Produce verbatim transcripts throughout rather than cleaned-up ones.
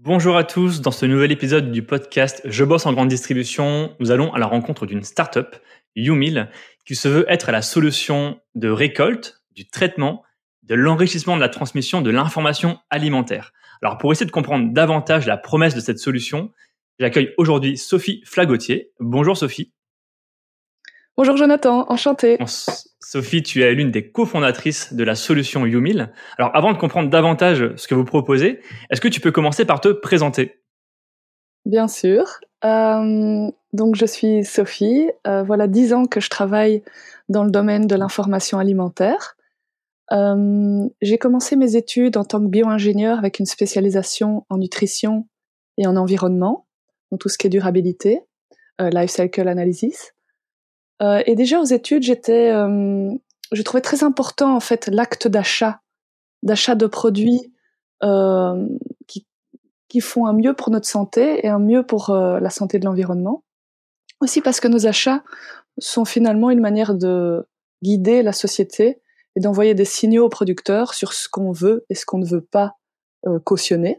Bonjour à tous, dans ce nouvel épisode du podcast Je bosse en grande distribution, nous allons à la rencontre d'une start-up, YouMeal, qui se veut être la solution de récolte, du traitement, de l'enrichissement de la transmission de l'information alimentaire. Alors pour essayer de comprendre davantage la promesse de cette solution, j'accueille aujourd'hui Sophie Flagotier. Bonjour Sophie. Bonjour Jonathan, enchantée. Bon, Sophie, tu es l'une des cofondatrices de la solution YouMeal. Alors avant de comprendre davantage ce que vous proposez, est-ce que tu peux commencer par te présenter ? Bien sûr. Euh, donc je suis Sophie. Euh, voilà dix ans que je travaille dans le domaine de l'information alimentaire. Euh, j'ai commencé mes études en tant que bio-ingénieur avec une spécialisation en nutrition et en environnement, donc tout ce qui est durabilité, euh, life cycle analysis. Euh, et déjà aux études, j'étais, euh, je trouvais très important en fait l'acte d'achat, d'achat de produits euh, qui qui font un mieux pour notre santé et un mieux pour euh, la santé de l'environnement. Aussi parce que nos achats sont finalement une manière de guider la société et d'envoyer des signaux aux producteurs sur ce qu'on veut et ce qu'on ne veut pas euh, cautionner.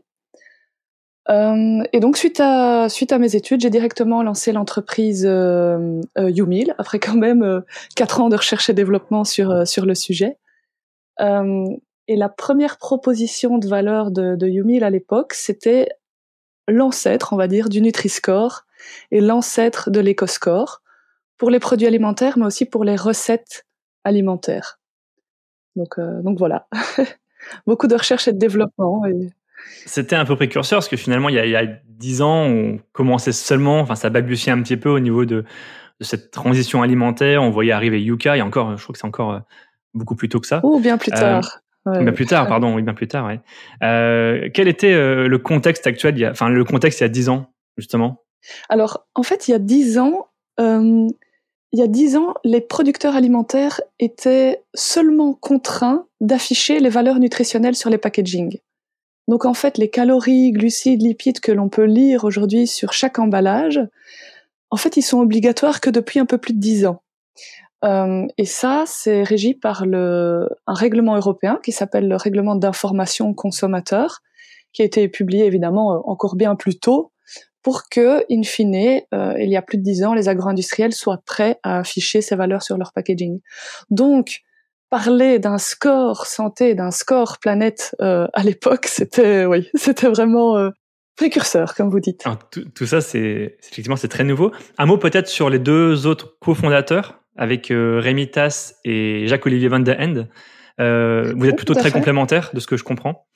Euh, et donc suite à suite à mes études, j'ai directement lancé l'entreprise euh, euh, YouMeal après quand même euh, quatre ans de recherche et développement sur euh, sur le sujet. Euh, et la première proposition de valeur de, de YouMeal à l'époque, c'était l'ancêtre, on va dire, du Nutri-Score et l'ancêtre de l'Eco-Score pour les produits alimentaires, mais aussi pour les recettes alimentaires. Donc, euh, donc voilà, beaucoup de recherche et de développement. Et... C'était un peu précurseur parce que finalement, il y a, il y a dix ans, on commençait seulement, enfin, ça balbutiait un petit peu au niveau de, de cette transition alimentaire. On voyait arriver Yuka, et encore, je crois que c'est encore euh, beaucoup plus tôt que ça. Ou bien plus Euh, tard. Ouais. Bien plus tard, pardon, oui, bien plus tard, ouais. Euh, quel était euh, le contexte actuel, il y a, enfin, le contexte il y a dix ans, justement? Alors, en fait, il y a dix ans, euh, il y a dix ans, les producteurs alimentaires étaient seulement contraints d'afficher les valeurs nutritionnelles sur les packaging. Donc en fait, les calories, glucides, lipides que l'on peut lire aujourd'hui sur chaque emballage, en fait, ils sont obligatoires que depuis un peu plus de dix ans. Euh, et ça, c'est régi par le, un règlement européen qui s'appelle le règlement d'information consommateur, qui a été publié évidemment encore bien plus tôt, pour que, in fine, euh, il y a plus de dix ans, les agro-industriels soient prêts à afficher ces valeurs sur leur packaging. Donc, parler d'un score santé, d'un score planète euh, à l'époque, c'était, oui, c'était vraiment euh, précurseur, comme vous dites. Alors, tout, tout ça, c'est effectivement c'est très nouveau. Un mot peut-être sur les deux autres cofondateurs, avec euh, Rémi Tass et Jacques-Olivier Van de Ende. Euh, vous êtes Oui, plutôt tout à très fait. complémentaires, de ce que je comprends.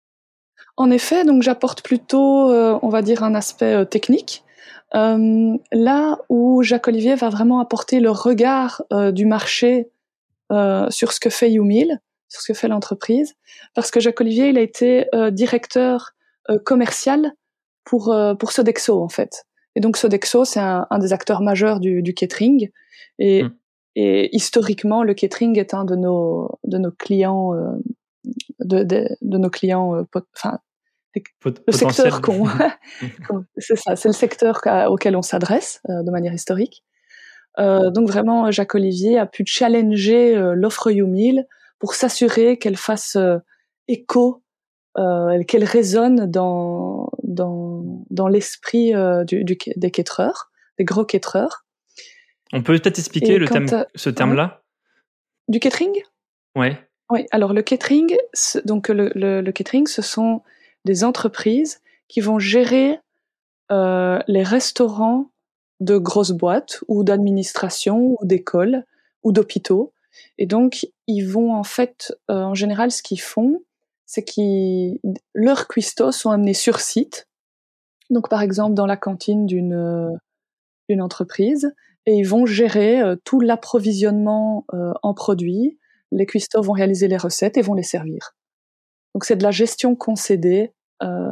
En effet, donc j'apporte plutôt, euh, on va dire, un aspect euh, technique. Euh, là où Jacques-Olivier va vraiment apporter le regard euh, du marché euh, sur ce que fait YouMeal, sur ce que fait l'entreprise, parce que Jacques-Olivier, il a été euh, directeur euh, commercial pour euh, pour Sodexo en fait. Et donc Sodexo, c'est un, un des acteurs majeurs du, du catering, et, Hmm. et historiquement, le catering est un de nos de nos clients, euh, de, de, de nos clients, euh, pot, enfin Pot- le potentiel. secteur qu'on, c'est ça, c'est le secteur auquel on s'adresse euh, de manière historique. Euh, donc vraiment, Jacques Olivier a pu challenger euh, l'offre YouMeal pour s'assurer qu'elle fasse euh, écho, euh, qu'elle résonne dans dans dans l'esprit euh, du, du, des catereurs, des gros catereurs. On peut peut-être expliquer Et le quant thème, à, ce ouais, terme-là? du catering. Ouais. Oui, alors le catering, donc le, le, le catering, ce sont des entreprises qui vont gérer euh, les restaurants de grosses boîtes ou d'administration ou d'écoles ou d'hôpitaux. Et donc, ils vont en fait, euh, en général, ce qu'ils font, c'est qu'ils leurs cuistots sont amenés sur site. Donc, par exemple, dans la cantine d'une euh, d'une entreprise, et ils vont gérer euh, tout l'approvisionnement euh, en produits. Les cuistots vont réaliser les recettes et vont les servir. Donc, c'est de la gestion concédée euh,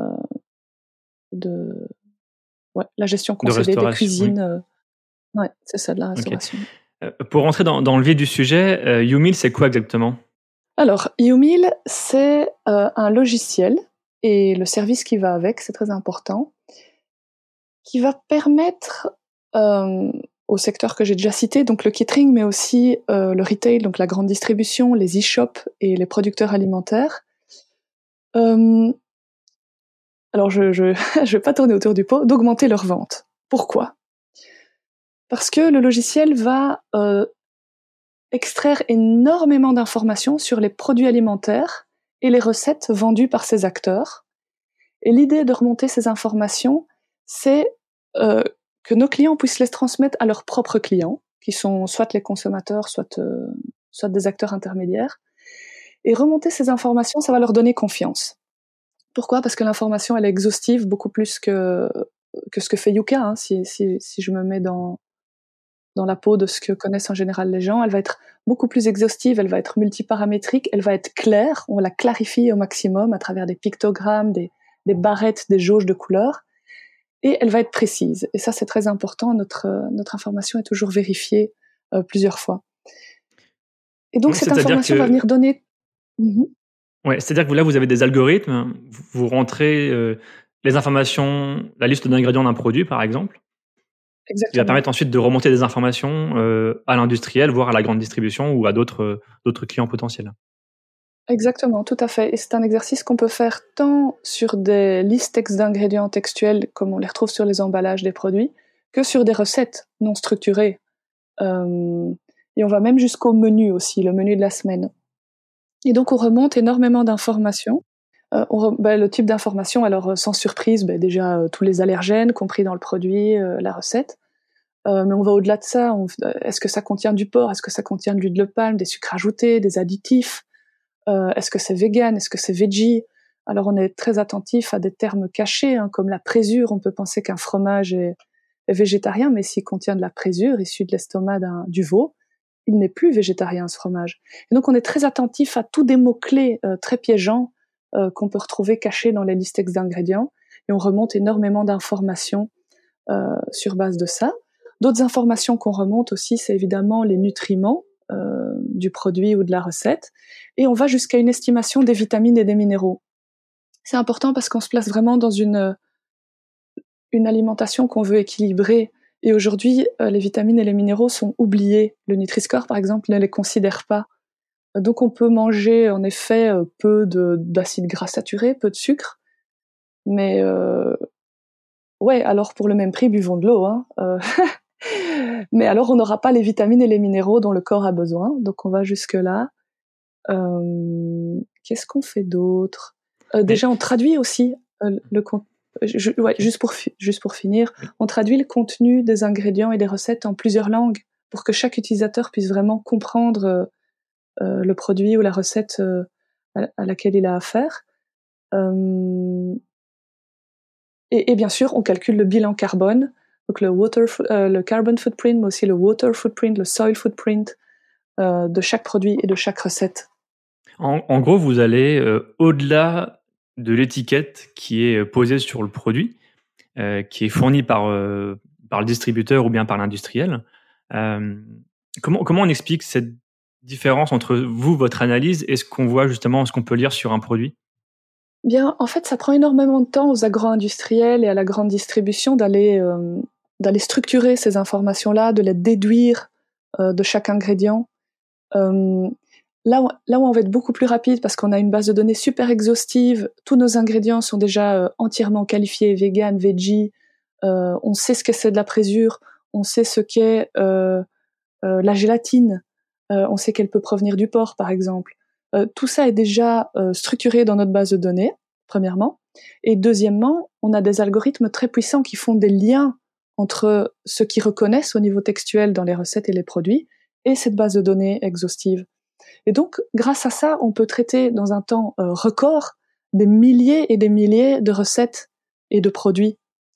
de ouais, la gestion De concédée des restauration, oui. cuisines. Euh, ouais, c'est ça, de la Ok. restauration. Euh, pour rentrer dans, dans le vif du sujet, euh, YouMeal, c'est quoi exactement? Alors, YouMeal, c'est euh, un logiciel et le service qui va avec, c'est très important, qui va permettre euh, au secteur que j'ai déjà cité, donc le catering, mais aussi euh, le retail, donc la grande distribution, les e-shops et les producteurs alimentaires, euh, alors je je je vais pas tourner autour du pot, d'augmenter leurs ventes. Pourquoi ? Parce que le logiciel va euh, extraire énormément d'informations sur les produits alimentaires et les recettes vendues par ces acteurs. Et l'idée de remonter ces informations, c'est euh, que nos clients puissent les transmettre à leurs propres clients, qui sont soit les consommateurs, soit, euh, soit des acteurs intermédiaires. Et remonter ces informations, ça va leur donner confiance. Pourquoi ? Parce que l'information, elle est exhaustive, beaucoup plus que, que ce que fait Yuka, hein, si, si, si je me mets dans, dans la peau de ce que connaissent en général les gens. Elle va être beaucoup plus exhaustive, elle va être multiparamétrique, elle va être claire, on la clarifie au maximum à travers des pictogrammes, des, des barrettes, des jauges de couleurs, et elle va être précise. Et ça, c'est très important, notre, notre information est toujours vérifiée euh, plusieurs fois. Et donc, Oui, cette information que... va venir donner... Mm-hmm. Ouais, c'est-à-dire que là, vous avez des algorithmes, vous, vous rentrez euh, les informations, la liste d'ingrédients d'un produit, par exemple, Exactement. qui va permettre ensuite de remonter des informations euh, à l'industriel, voire à la grande distribution ou à d'autres, euh, d'autres clients potentiels. Exactement, tout à fait. Et c'est un exercice qu'on peut faire tant sur des listes textes d'ingrédients textuels, comme on les retrouve sur les emballages des produits, que sur des recettes non structurées. Euh, et on va même jusqu'au menu aussi, le menu de la semaine. Et donc on remonte énormément d'informations. Euh, on re- ben, le type d'informations, alors sans surprise, ben, déjà euh, tous les allergènes compris dans le produit, euh, la recette. Euh, mais on va au-delà de ça. On, est-ce que ça contient du porc ? Est-ce que ça contient de l'huile de palme, des sucres ajoutés, des additifs ? euh, Est-ce que c'est vegan ? Est-ce que c'est veggie ? Alors on est très attentif à des termes cachés, hein, comme la présure. On peut penser qu'un fromage est, est végétarien, mais s'il contient de la présure issue de l'estomac d'un, du veau, il n'est plus végétarien, ce fromage. Et donc on est très attentif à tous des mots-clés euh, très piégeants euh, qu'on peut retrouver cachés dans les listes textes d'ingrédients, et on remonte énormément d'informations euh, sur base de ça. D'autres informations qu'on remonte aussi, c'est évidemment les nutriments euh, du produit ou de la recette, et on va jusqu'à une estimation des vitamines et des minéraux. C'est important parce qu'on se place vraiment dans une, une alimentation qu'on veut équilibrer. Et aujourd'hui, euh, les vitamines et les minéraux sont oubliés. Le Nutri-Score, par exemple, ne les considère pas. Donc on peut manger, en effet, euh, peu de, d'acides gras saturés, peu de sucre. Mais, euh, ouais, alors pour le même prix, buvons de l'eau. Hein. Euh, mais alors on n'aura pas les vitamines et les minéraux dont le corps a besoin. Donc on va jusque-là. Euh, qu'est-ce qu'on fait d'autre ? euh, Déjà, on traduit aussi euh, le contenu. Je, ouais, juste pour fi- juste pour finir, oui. On traduit le contenu des ingrédients et des recettes en plusieurs langues pour que chaque utilisateur puisse vraiment comprendre euh, euh, le produit ou la recette euh, à, à laquelle il a affaire. Euh, et, et bien sûr, on calcule le bilan carbone, donc le water, euh, le carbon footprint, mais aussi le water footprint, le soil footprint euh, de chaque produit et de chaque recette. En, en gros, vous allez euh, au-delà de l'étiquette qui est posée sur le produit, euh, qui est fournie par, euh, par le distributeur ou bien par l'industriel. Euh, comment, comment on explique cette différence entre vous, votre analyse, et ce qu'on voit justement, ce qu'on peut lire sur un produit ? Bien, en fait, ça prend énormément de temps aux agro-industriels et à la grande distribution d'aller, euh, d'aller structurer ces informations-là, de les déduire euh, de chaque ingrédient. Euh, Là où, là où on va être beaucoup plus rapide parce qu'on a une base de données super exhaustive, tous nos ingrédients sont déjà euh, entièrement qualifiés, vegan, veggie, euh, on sait ce que c'est de la présure, on sait ce qu'est euh, euh, la gélatine, euh, on sait qu'elle peut provenir du porc par exemple. Euh, tout ça est déjà euh, structuré dans notre base de données, premièrement. Et deuxièmement, on a des algorithmes très puissants qui font des liens entre ce qu'ils reconnaissent au niveau textuel dans les recettes et les produits et cette base de données exhaustive. Et donc, grâce à ça, on peut traiter dans un temps euh, record des milliers et des milliers de recettes et de produits.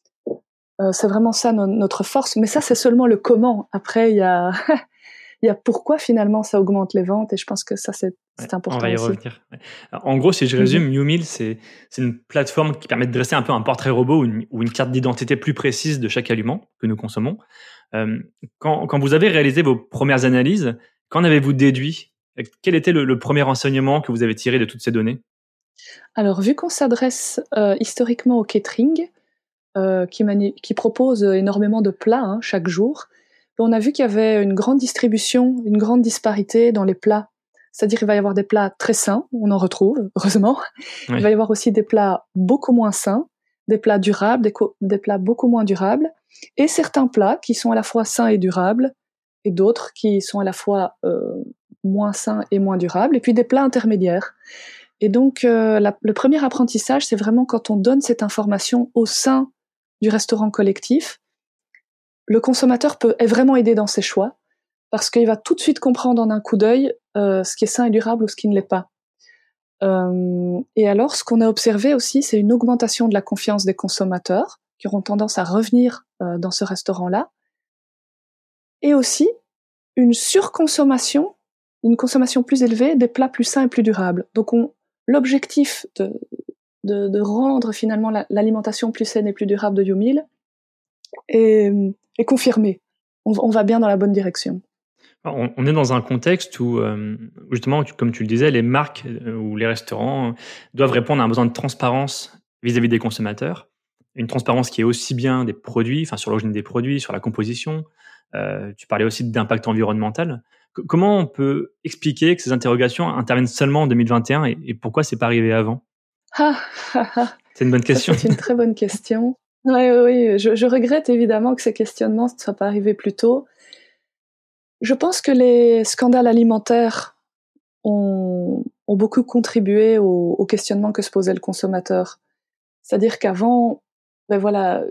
Euh, c'est vraiment ça no- notre force. Mais ça, c'est seulement le comment. Après, il y a, il y a pourquoi finalement ça augmente les ventes. Et je pense que ça, c'est, c'est ouais, important on va y aussi. revenir. Ouais. En gros, si je résume, mm-hmm. YouMeal, c'est, c'est une plateforme qui permet de dresser un peu un portrait robot ou une, ou une carte d'identité plus précise de chaque aliment que nous consommons. Euh, quand, quand vous avez réalisé vos premières analyses, qu'en avez-vous déduit ? Quel était le, le premier enseignement que vous avez tiré de toutes ces données ? Alors, vu qu'on s'adresse euh, historiquement au catering, euh, qui, mani- qui propose énormément de plats hein, chaque jour, on a vu qu'il y avait une grande distribution, une grande disparité dans les plats. C'est-à-dire qu'il va y avoir des plats très sains, on en retrouve, heureusement. Oui. Il va y avoir aussi des plats beaucoup moins sains, des plats durables, des, co- des plats beaucoup moins durables, et certains plats qui sont à la fois sains et durables, et d'autres qui sont à la fois euh, moins sains et moins durables, et puis des plats intermédiaires. Et donc, euh, la, le premier apprentissage, c'est vraiment quand on donne cette information au sein du restaurant collectif, le consommateur peut, est vraiment aidé dans ses choix, parce qu'il va tout de suite comprendre en un coup d'œil euh, ce qui est sain et durable ou ce qui ne l'est pas. Euh, et alors, ce qu'on a observé aussi, c'est une augmentation de la confiance des consommateurs, qui auront tendance à revenir euh, dans ce restaurant-là, et aussi une surconsommation, une consommation plus élevée des plats plus sains et plus durables. Donc, on, l'objectif de, de, de rendre finalement la, l'alimentation plus saine et plus durable de YouMeal est, est confirmé. On, on va bien dans la bonne direction. On, on est dans un contexte où, euh, justement, tu- comme tu le disais, les marques euh, ou les restaurants euh, doivent répondre à un besoin de transparence vis-à-vis des consommateurs. Une transparence qui est aussi bien des produits, enfin sur l'origine des produits, sur la composition. Euh, tu parlais aussi d'impact environnemental. C- comment on peut expliquer que ces interrogations interviennent seulement en deux mille vingt et un et, et pourquoi c'est pas arrivé avant? Ah, ah, ah. C'est une bonne Ça, question. c'est une très bonne question. Oui, oui, oui. Je, je regrette évidemment que ces questionnements ne soient pas arrivés plus tôt. Je pense que les scandales alimentaires ont, ont beaucoup contribué au, au questionnement que se posait le consommateur. C'est-à-dire qu'avant, ben voilà,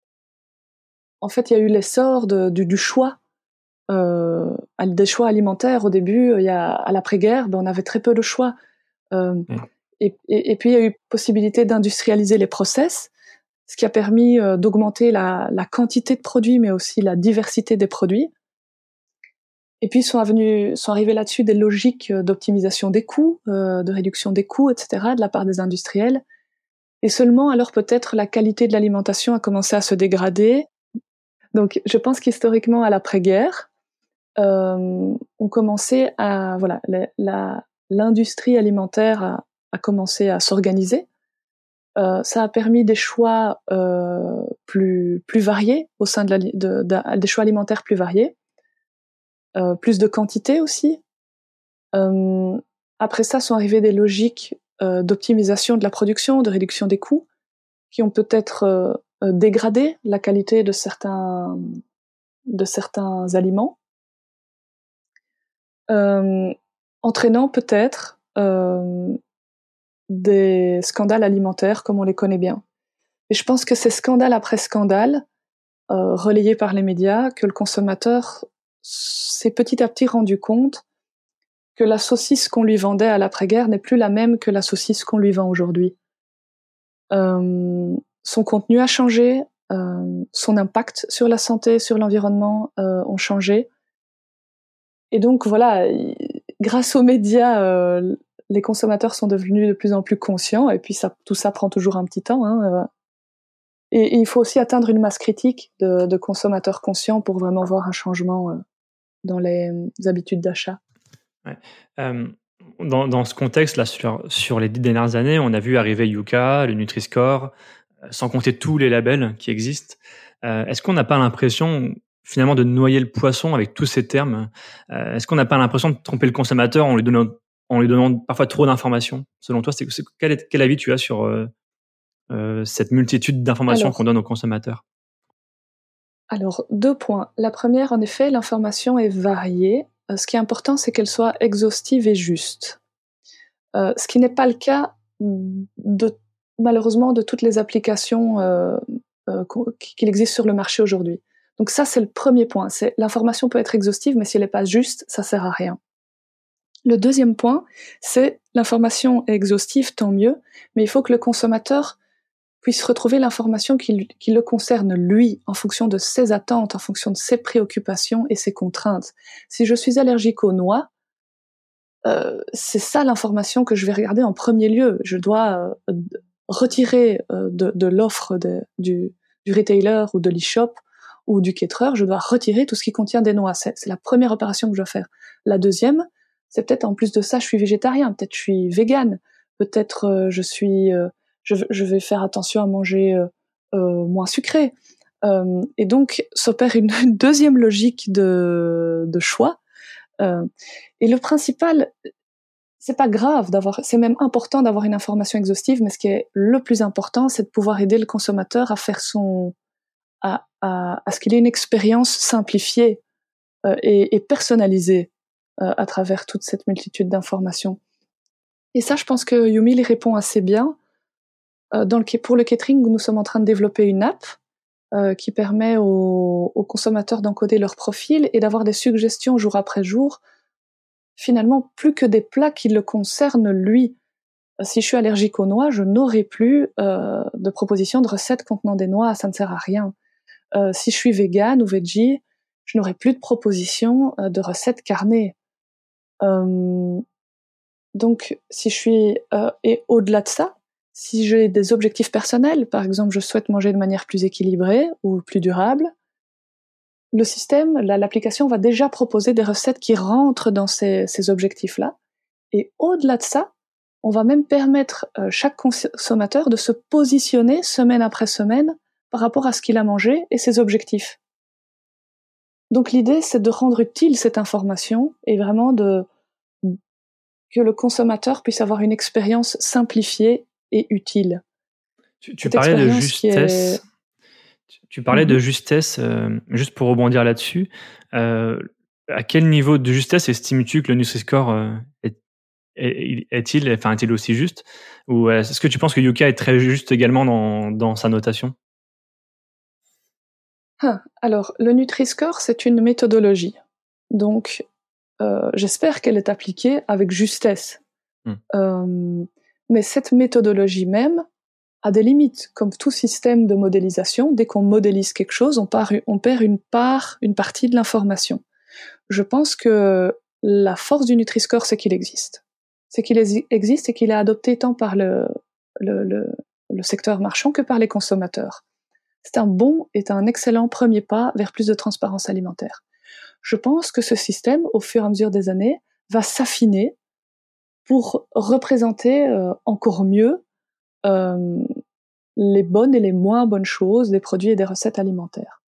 en fait, il y a eu l'essor de, du, du choix, euh, des choix alimentaires. Au début, il y a, à l'après-guerre, ben, on avait très peu de choix. Euh, Ouais. et, et, et puis, il y a eu possibilité d'industrialiser les process, ce qui a permis euh, d'augmenter la, la quantité de produits, mais aussi la diversité des produits. Et puis sont, venus, sont arrivés là-dessus des logiques d'optimisation des coûts, euh, de réduction des coûts, et cetera, de la part des industriels. Et seulement alors peut-être la qualité de l'alimentation a commencé à se dégrader. Donc je pense qu'historiquement, à l'après-guerre, euh, on commençait à voilà, la, la, l'industrie alimentaire a, a commencé à s'organiser. Euh, ça a permis des choix euh, plus plus variés au sein de, la, de, de des choix alimentaires plus variés, euh, plus de quantité aussi. Euh, après ça sont arrivées des logiques euh, d'optimisation de la production, de réduction des coûts, qui ont peut-être euh, euh, dégradé la qualité de certains de certains aliments, euh, entraînant peut-être euh, des scandales alimentaires comme on les connaît bien. Et je pense que c'est scandale après scandale, euh, relayés par les médias, que le consommateur s'est petit à petit rendu compte que la saucisse qu'on lui vendait à l'après-guerre n'est plus la même que la saucisse qu'on lui vend aujourd'hui. Euh, son contenu a changé, euh, son impact sur la santé, sur l'environnement euh, ont changé. Et donc voilà, grâce aux médias, euh, les consommateurs sont devenus de plus en plus conscients, et puis ça, tout ça prend toujours un petit temps. Hein, euh. et, et il faut aussi atteindre une masse critique de, de consommateurs conscients pour vraiment voir un changement euh, dans les, les habitudes d'achat. Ouais. Euh, dans, dans ce contexte-là, sur, sur les dix dernières années, on a vu arriver Yuka, le Nutri-Score, euh, sans compter tous les labels qui existent. Euh, est-ce qu'on n'a pas l'impression, finalement, de noyer le poisson avec tous ces termes? euh, Est-ce qu'on n'a pas l'impression de tromper le consommateur en lui donnant, en lui donnant parfois trop d'informations? Selon toi, c'est, c'est, quel, est, quel avis tu as sur euh, euh, cette multitude d'informations qu'on Alors, donne aux consommateurs? alors, deux points. La première, en effet, l'information est variée. Euh, Ce qui est important, c'est qu'elle soit exhaustive et juste. Euh, ce qui n'est pas le cas, de, malheureusement, de toutes les applications euh, euh, qu'il existe sur le marché aujourd'hui. Donc ça, c'est le premier point. C'est, l'information peut être exhaustive, mais si elle n'est pas juste, ça sert à rien. Le deuxième point, c'est l'information est exhaustive, tant mieux, mais il faut que le consommateur puisse retrouver l'information qui, qui le concerne lui, en fonction de ses attentes, en fonction de ses préoccupations et ses contraintes. Si je suis allergique aux noix, euh, c'est ça l'information que je vais regarder en premier lieu. Je dois euh, retirer euh, de, de l'offre de, du, du retailer ou de l'e-shop ou du caterer, je dois retirer tout ce qui contient des noix. C'est, c'est la première opération que je dois faire. La deuxième, c'est peut-être en plus de ça, je suis végétarien, peut-être je suis végane, peut-être euh, je suis, euh, je, je vais faire attention à manger euh, euh, moins sucré. Euh, et donc s'opère une, une deuxième logique de, de choix. Euh, et le principal, c'est pas grave d'avoir, c'est même important d'avoir une information exhaustive, mais ce qui est le plus important, c'est de pouvoir aider le consommateur à faire son, à, à, à ce qu'il ait une expérience simplifiée euh, et, et personnalisée euh, à travers toute cette multitude d'informations. Et ça, je pense que YouMeal y répond assez bien. Euh, dans le, pour le catering, nous sommes en train de développer une app euh, qui permet aux, aux consommateurs d'encoder leur profil et d'avoir des suggestions jour après jour, finalement plus que des plats qui le concernent lui. Si je suis allergique aux noix, je n'aurai plus euh, de propositions de recettes contenant des noix, ça ne sert à rien. Euh, si je suis végane ou veggie, je n'aurai plus de propositions euh, de recettes carnées. Euh, donc, si je suis... Euh, et au-delà de ça, si j'ai des objectifs personnels, par exemple, je souhaite manger de manière plus équilibrée ou plus durable, le système, la, l'application va déjà proposer des recettes qui rentrent dans ces, ces objectifs-là. Et au-delà de ça, on va même permettre euh, chaque consommateur de se positionner semaine après semaine par rapport à ce qu'il a mangé et ses objectifs. Donc l'idée, c'est de rendre utile cette information et vraiment de que le consommateur puisse avoir une expérience simplifiée et utile. Tu, tu parlais de justesse. Est... Tu parlais mm-hmm. de justesse, euh, juste pour rebondir là-dessus. Euh, à quel niveau de justesse estimes-tu que le Nutri-Score euh, est, est, est-il, enfin, est-il aussi juste? Ou est-ce que tu penses que Yuka est très juste également dans, dans sa notation? ah, Alors, le Nutri-Score, c'est une méthodologie. Donc, euh, j'espère qu'elle est appliquée avec justesse. Mm. Euh, mais cette méthodologie même a des limites. Comme tout système de modélisation, dès qu'on modélise quelque chose, on, part, on perd une part, une partie de l'information. Je pense que la force du Nutri-Score, c'est qu'il existe. C'est qu'il existe et qu'il est adopté tant par le, le, le, le secteur marchand que par les consommateurs. C'est un bon et un excellent premier pas vers plus de transparence alimentaire. Je pense que ce système, au fur et à mesure des années, va s'affiner pour représenter euh, encore mieux euh, les bonnes et les moins bonnes choses des produits et des recettes alimentaires.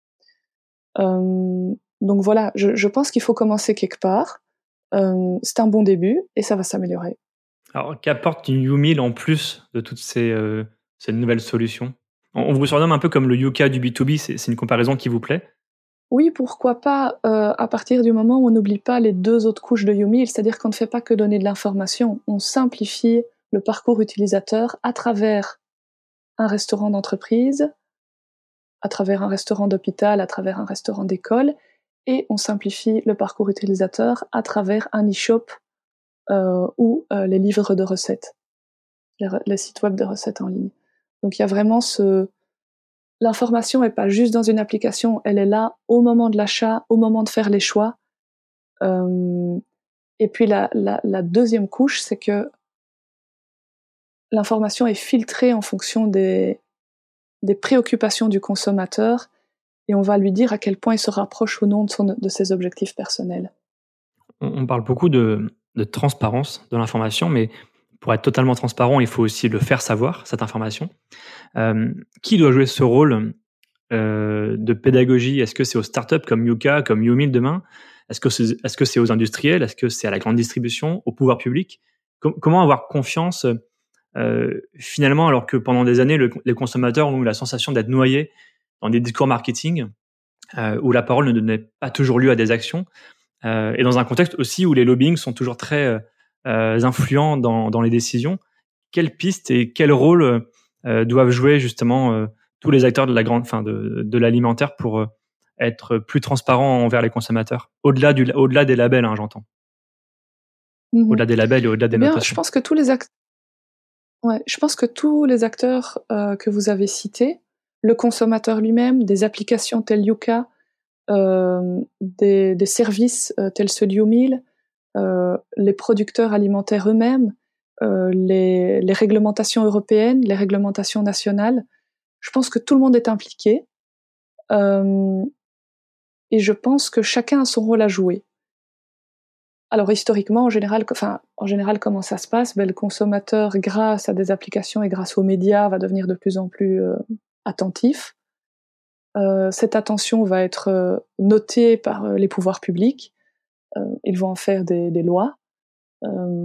Euh, donc voilà, je, je pense qu'il faut commencer quelque part. Euh, c'est un bon début et ça va s'améliorer. Alors, qu'apporte YouMeal en plus de toutes ces, euh, ces nouvelles solutions? on, on vous surnomme un peu comme le Yuka du B deux B, c'est, c'est une comparaison qui vous plaît? Oui, pourquoi pas, euh, à partir du moment où on n'oublie pas les deux autres couches de YouMeal, c'est-à-dire qu'on ne fait pas que donner de l'information, on simplifie le parcours utilisateur à travers un restaurant d'entreprise, à travers un restaurant d'hôpital, à travers un restaurant d'école, et on simplifie le parcours utilisateur à travers un e-shop euh, ou euh, les livres de recettes, les, les sites web de recettes en ligne. Donc il y a vraiment ce... L'information n'est pas juste dans une application, elle est là au moment de l'achat, au moment de faire les choix. Euh, et puis la, la, la deuxième couche, c'est que l'information est filtrée en fonction des, des préoccupations du consommateur et on va lui dire à quel point il se rapproche ou non de, son, de ses objectifs personnels. On parle beaucoup de, de transparence de l'information, mais pour être totalement transparent, il faut aussi le faire savoir, cette information. Euh, qui doit jouer ce rôle euh, de pédagogie? Est-ce que c'est aux startups comme Yuka, comme YouMeal demain? Est-ce que c'est, est-ce que c'est aux industriels? Est-ce que c'est à la grande distribution, au pouvoir public? Com- Comment avoir confiance euh, finalement, alors que pendant des années, le, les consommateurs ont eu la sensation d'être noyés dans des discours marketing euh, où la parole ne donnait pas toujours lieu à des actions, euh, et dans un contexte aussi où les lobbyings sont toujours très euh, influents dans, dans les décisions. Quelles pistes et quel rôle euh, doivent jouer justement euh, tous les acteurs de la grande, enfin de, de l'alimentaire pour euh, être plus transparents envers les consommateurs, au-delà du, au-delà des labels, hein, j'entends. Mm-hmm. Au-delà des labels et au-delà des eh bien, notations. Je pense que tous les acteurs Ouais, je pense que tous les acteurs euh, que vous avez cités, le consommateur lui-même, des applications telles Yuka, euh, des, des services euh, tels ceux de YouMeal, euh, les producteurs alimentaires eux-mêmes, euh, les, les réglementations européennes, les réglementations nationales, je pense que tout le monde est impliqué euh, et je pense que chacun a son rôle à jouer. Alors historiquement, en général, enfin, en général, comment ça se passe? Ben, le consommateur, grâce à des applications et grâce aux médias, va devenir de plus en plus euh, attentif. Euh, cette attention va être euh, notée par euh, les pouvoirs publics. Euh, ils vont en faire des, des lois. Euh,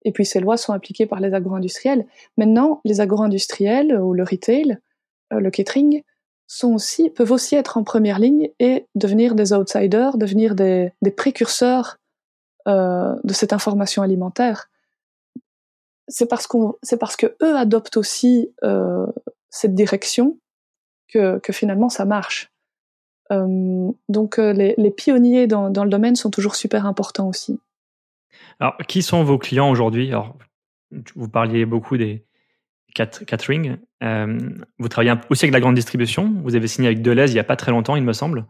Et puis ces lois sont appliquées par les agro-industriels. Maintenant, les agro-industriels ou le retail, euh, le catering, sont aussi, peuvent aussi être en première ligne et devenir des outsiders, devenir des, des précurseurs euh, de cette information alimentaire. C'est parce, qu'on, c'est parce que eux adoptent aussi euh, cette direction que, que finalement ça marche. Euh, donc euh, les, les pionniers dans, dans le domaine sont toujours super importants aussi. Alors, qui sont vos clients aujourd'hui? Alors, vous parliez beaucoup des cat- catering. Euh, vous travaillez un- aussi avec la grande distribution. Vous avez signé avec Deleuze il n'y a pas très longtemps, il me semble.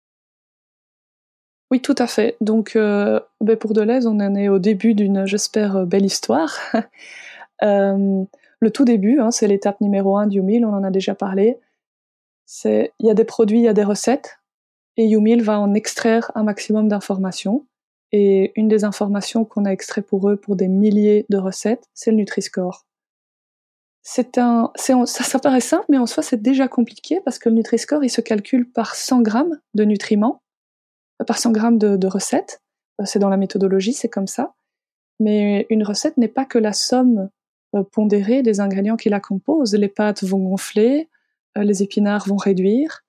Oui, tout à fait. Donc, euh, ben pour Deleuze, on en est au début d'une, j'espère, belle histoire. euh, le tout début, hein, c'est l'étape numéro un d'Youmil, on en a déjà parlé. C'est, il y a des produits, il y a des recettes, et Youmil va en extraire un maximum d'informations. Et une des informations qu'on a extrait pour eux, pour des milliers de recettes, c'est le Nutri-Score. C'est un, c'est, ça, ça paraît simple, mais en soi, c'est déjà compliqué parce que le Nutri-Score, il se calcule par cent grammes de nutriments, par cent grammes de, de recettes. C'est dans la méthodologie, c'est comme ça. Mais une recette n'est pas que la somme euh, pondérée des ingrédients qui la composent. Les pâtes vont gonfler, euh, les épinards vont réduire,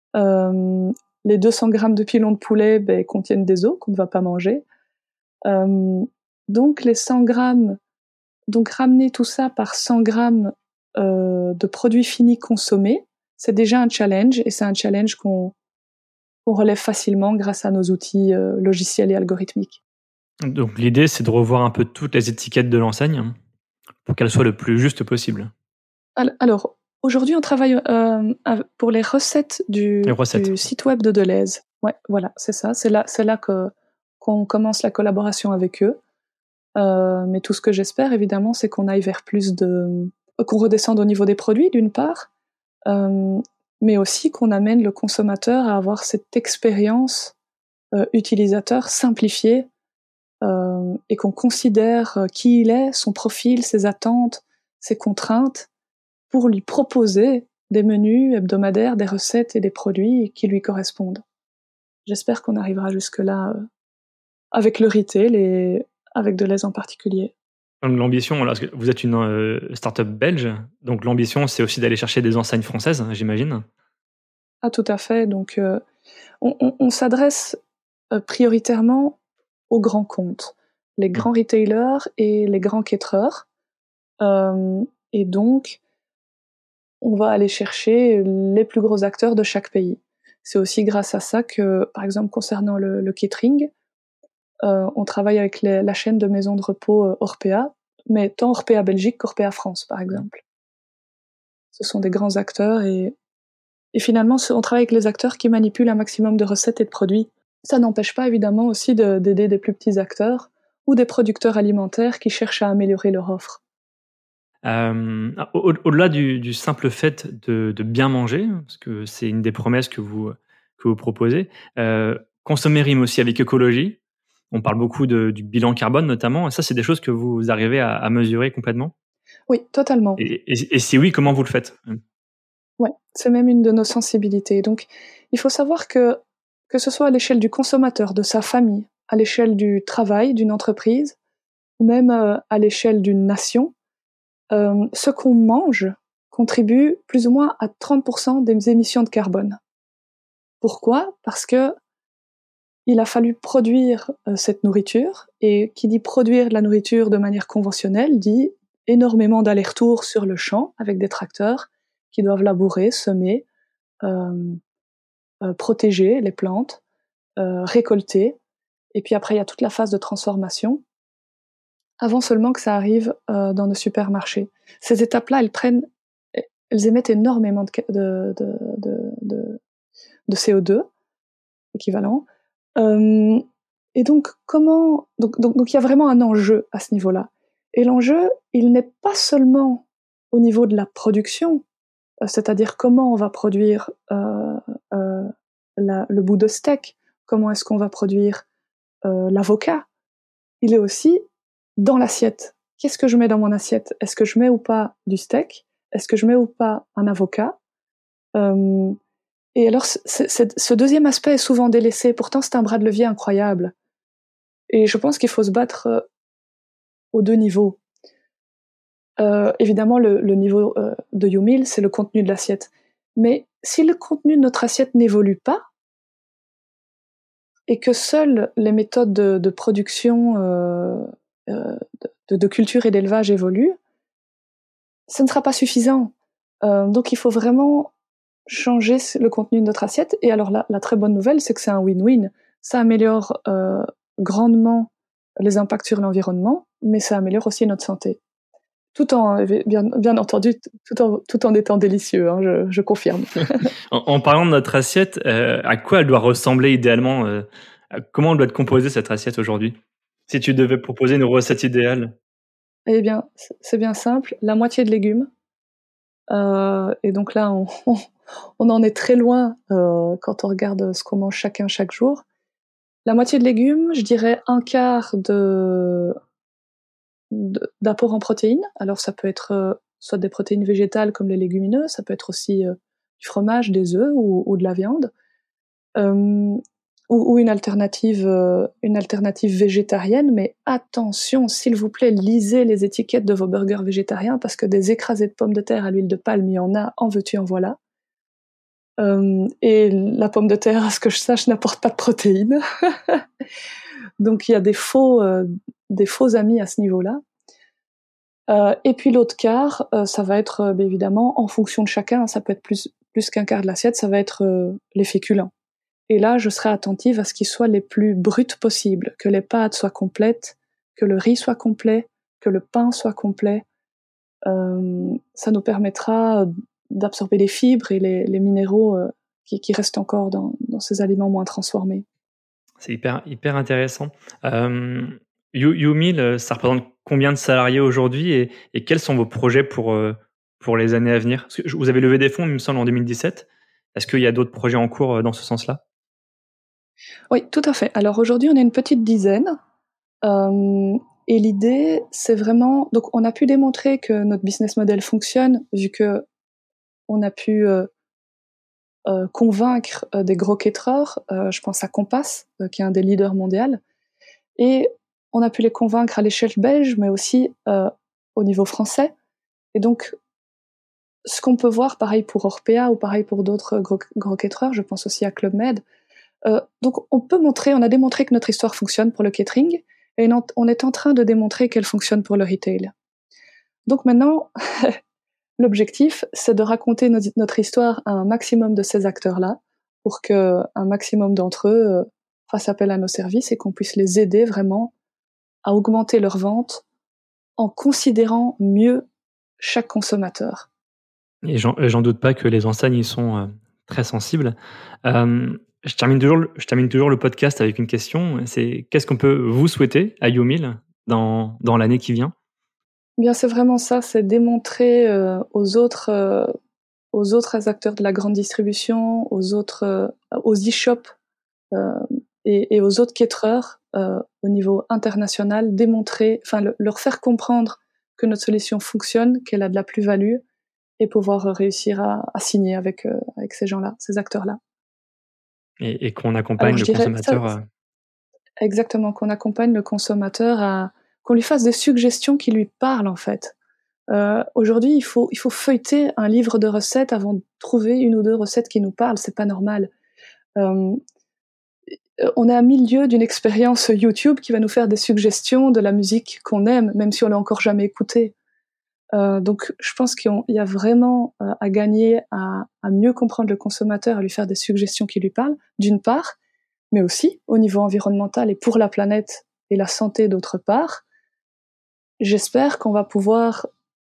euh, les deux cents grammes de pilon de poulet ben, contiennent des os qu'on ne va pas manger. Euh, donc les cent grammes, donc ramener tout ça par cent grammes euh, de produits finis consommés, c'est déjà un challenge, et c'est un challenge qu'on, qu'on relève facilement grâce à nos outils euh, logiciels et algorithmiques. Donc, l'idée, c'est de revoir un peu toutes les étiquettes de l'enseigne pour qu'elles soient le plus justes possible. Alors, aujourd'hui, on travaille euh, pour les recettes du, Les recettes. du site web de Deleuze. Ouais, voilà, c'est ça. C'est là, c'est là que, qu'on commence la collaboration avec eux. Euh, mais tout ce que j'espère, évidemment, c'est qu'on aille vers plus de... qu'on redescende au niveau des produits, d'une part, euh, mais aussi qu'on amène le consommateur à avoir cette expérience euh, utilisateur simplifiée euh, et qu'on considère euh, qui il est, son profil, ses attentes, ses contraintes, pour lui proposer des menus hebdomadaires, des recettes et des produits qui lui correspondent. J'espère qu'on arrivera jusque-là euh, avec le retail et avec Deleuze en particulier. Donc, l'ambition, alors, parce que vous êtes une euh, start-up belge, donc l'ambition, c'est aussi d'aller chercher des enseignes françaises, j'imagine. Ah, tout à fait. Donc, euh, on, on, on s'adresse euh, prioritairement aux grands comptes, les Mmh. grands retailers et les grands caterers. Euh, et donc, on va aller chercher les plus gros acteurs de chaque pays. C'est aussi grâce à ça que, par exemple, concernant le, le catering, euh, on travaille avec les, la chaîne de maisons de repos euh, Orpea, mais tant Orpea Belgique qu'Orpea France, par exemple. Ce sont des grands acteurs et, et finalement, on travaille avec les acteurs qui manipulent un maximum de recettes et de produits. Ça n'empêche pas évidemment aussi de, d'aider des plus petits acteurs ou des producteurs alimentaires qui cherchent à améliorer leur offre. Euh, au- au-delà du, du simple fait de, de bien manger, parce que c'est une des promesses que vous, que vous proposez, euh, consommer rime aussi avec écologie. On parle beaucoup de, du bilan carbone notamment, et ça, c'est des choses que vous arrivez à, à mesurer complètement. Oui, totalement. Et, et, et si oui, comment vous le faites? Ouais, c'est même une de nos sensibilités. Donc, il faut savoir que, que ce soit à l'échelle du consommateur, de sa famille, à l'échelle du travail, d'une entreprise, ou même euh, à l'échelle d'une nation, euh, ce qu'on mange contribue plus ou moins à trente pour cent des émissions de carbone. Pourquoi? Parce que il a fallu produire euh, cette nourriture, et qui dit produire de la nourriture de manière conventionnelle dit énormément d'allers-retours sur le champ avec des tracteurs qui doivent labourer, semer, euh, euh, protéger les plantes, euh, récolter, et puis après il y a toute la phase de transformation, avant seulement que ça arrive euh, dans nos supermarchés. Ces étapes-là, elles prennent, elles émettent énormément de, de, de, de, de, de C O deux équivalent. Euh, et donc, comment, donc, donc, donc, il y a vraiment un enjeu à ce niveau-là. Et l'enjeu, il n'est pas seulement au niveau de la production, euh, c'est-à-dire comment on va produire euh, euh, la, le bout de steak, comment est-ce qu'on va produire euh, l'avocat. Il est aussi dans l'assiette. Qu'est-ce que je mets dans mon assiette? Est-ce que je mets ou pas du steak? Est-ce que je mets ou pas un avocat? euh, Et alors, c'est, c'est, ce deuxième aspect est souvent délaissé. Pourtant, c'est un bras de levier incroyable. Et je pense qu'il faut se battre aux deux niveaux. Euh, évidemment, le, le niveau euh, de YouMeal, c'est le contenu de l'assiette. Mais si le contenu de notre assiette n'évolue pas, et que seules les méthodes de, de production, euh, euh, de, de culture et d'élevage évoluent, ça ne sera pas suffisant. Euh, donc il faut vraiment changer le contenu de notre assiette. Et alors la, la très bonne nouvelle, c'est que c'est un win-win. Ça améliore euh, grandement les impacts sur l'environnement, mais ça améliore aussi notre santé. Tout en, bien, bien entendu, tout en, tout en étant délicieux, hein, je, je confirme. en, en parlant de notre assiette, euh, à quoi elle doit ressembler idéalement euh, Comment elle doit être composée cette assiette aujourd'hui? Si tu devais proposer une recette idéale. Eh bien, c'est bien simple, la moitié de légumes. Euh, et donc là, on, on, on en est très loin euh, quand on regarde ce qu'on mange chacun chaque jour. La moitié de légumes, je dirais un quart de, de d'apport en protéines. Alors ça peut être euh, soit des protéines végétales comme les légumineuses, ça peut être aussi euh, du fromage, des œufs ou, ou de la viande, euh, ou, ou une alternative, euh, une alternative végétarienne. Mais attention, s'il vous plaît, lisez les étiquettes de vos burgers végétariens parce que des écrasés de pommes de terre à l'huile de palme, il y en a, en veux-tu, en voilà. Euh, et la pomme de terre, à ce que je sache, n'apporte pas de protéines. Donc il y a des faux, euh, des faux amis à ce niveau-là. Euh, et puis l'autre quart, euh, ça va être euh, évidemment en fonction de chacun, ça peut être plus, plus qu'un quart de l'assiette, ça va être euh, les féculents. Et là, je serai attentive à ce qu'ils soient les plus bruts possibles, que les pâtes soient complètes, que le riz soit complet, que le pain soit complet. Euh, ça nous permettra d'absorber les fibres et les, les minéraux euh, qui, qui restent encore dans, dans ces aliments moins transformés. C'est hyper, hyper intéressant. Euh, You- YouMeal, ça représente combien de salariés aujourd'hui et, et quels sont vos projets pour, euh, pour les années à venir? Parce que vous avez levé des fonds, il me semble, en deux mille dix-sept. Est-ce qu'il y a d'autres projets en cours euh, dans ce sens-là? Oui, tout à fait. Alors aujourd'hui, on est une petite dizaine. Euh, et l'idée, c'est vraiment... Donc on a pu démontrer que notre business model fonctionne, vu que on a pu euh, euh, convaincre euh, des gros caterers. Euh, je pense à Compass, euh, qui est un des leaders mondiaux. Et on a pu les convaincre à l'échelle belge, mais aussi euh, au niveau français. Et donc, ce qu'on peut voir, pareil pour Orpea ou pareil pour d'autres gros, gros caterers, je pense aussi à Club Med. Euh, donc, on peut montrer, on a démontré que notre histoire fonctionne pour le catering, et on est en train de démontrer qu'elle fonctionne pour le retail. Donc maintenant, l'objectif, c'est de raconter no- notre histoire à un maximum de ces acteurs-là, pour que un maximum d'entre eux euh, fassent appel à nos services et qu'on puisse les aider vraiment à augmenter leurs ventes en considérant mieux chaque consommateur. Et j'en, j'en doute pas que les enseignes y sont euh, très sensibles. Euh, je, termine toujours, le- je termine toujours le podcast avec une question. C'est qu'est-ce qu'on peut vous souhaiter à YouMeal dans, dans l'année qui vient? Bien, c'est vraiment ça, c'est démontrer euh, aux autres, euh, aux autres acteurs de la grande distribution, aux autres, euh, aux e-shops euh, et, et aux autres caterers euh, au niveau international, démontrer, enfin le, leur faire comprendre que notre solution fonctionne, qu'elle a de la plus-value et pouvoir réussir à, à signer avec euh, avec ces gens-là, ces acteurs-là. Et, et qu'on accompagne Alors je le dirais ça, consommateur. euh, exactement, qu'on accompagne le consommateur à, qu'on lui fasse des suggestions qui lui parlent en fait. Euh, aujourd'hui, il faut, il faut feuilleter un livre de recettes avant de trouver une ou deux recettes qui nous parlent. C'est pas normal. Euh, on est à milieu d'une expérience YouTube qui va nous faire des suggestions de la musique qu'on aime, même si on l'a encore jamais écoutée. Euh, donc, je pense qu'il y a vraiment euh, à gagner à, à mieux comprendre le consommateur, à lui faire des suggestions qui lui parlent, d'une part, mais aussi au niveau environnemental et pour la planète et la santé d'autre part. J'espère qu'on va pouvoir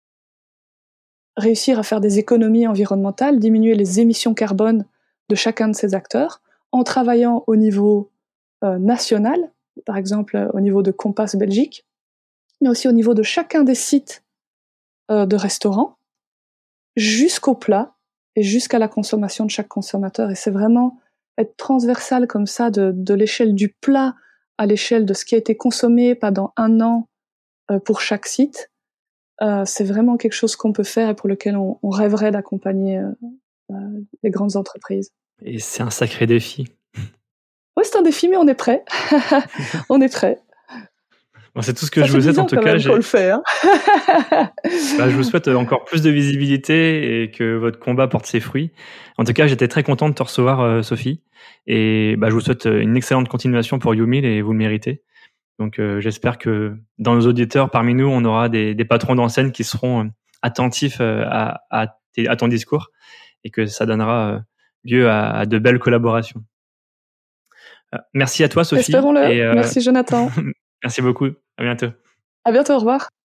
réussir à faire des économies environnementales, diminuer les émissions carbone de chacun de ces acteurs, en travaillant au niveau euh, national, par exemple euh, au niveau de Compass Belgique, mais aussi au niveau de chacun des sites euh, de restaurants, jusqu'au plat et jusqu'à la consommation de chaque consommateur. Et c'est vraiment être transversal comme ça, de, de l'échelle du plat à l'échelle de ce qui a été consommé pendant un an euh, pour chaque site. Euh, c'est vraiment quelque chose qu'on peut faire et pour lequel on, on rêverait d'accompagner euh, euh, les grandes entreprises. Et c'est un sacré défi. Oui, c'est un défi, mais on est prêt. On est prêt. Bon, c'est tout ce que Ça je fait vous souhaite dix en ans tout quand cas. même J'ai- qu'on le fait. Hein. Bah, je vous souhaite encore plus de visibilité et que votre combat porte ses fruits. En tout cas, j'étais très content de te recevoir, euh, Sophie. Et bah, je vous souhaite une excellente continuation pour YouMill et vous le méritez. Donc, euh, j'espère que dans nos auditeurs, parmi nous, on aura des, des patrons d'enseigne qui seront euh, attentifs euh, à, à, tes- à ton discours et que ça donnera euh, lieu à, à de belles collaborations. Euh, merci à toi, Sophie. Espérons-le. Et euh, Merci Jonathan. merci beaucoup. À bientôt. À bientôt, au revoir.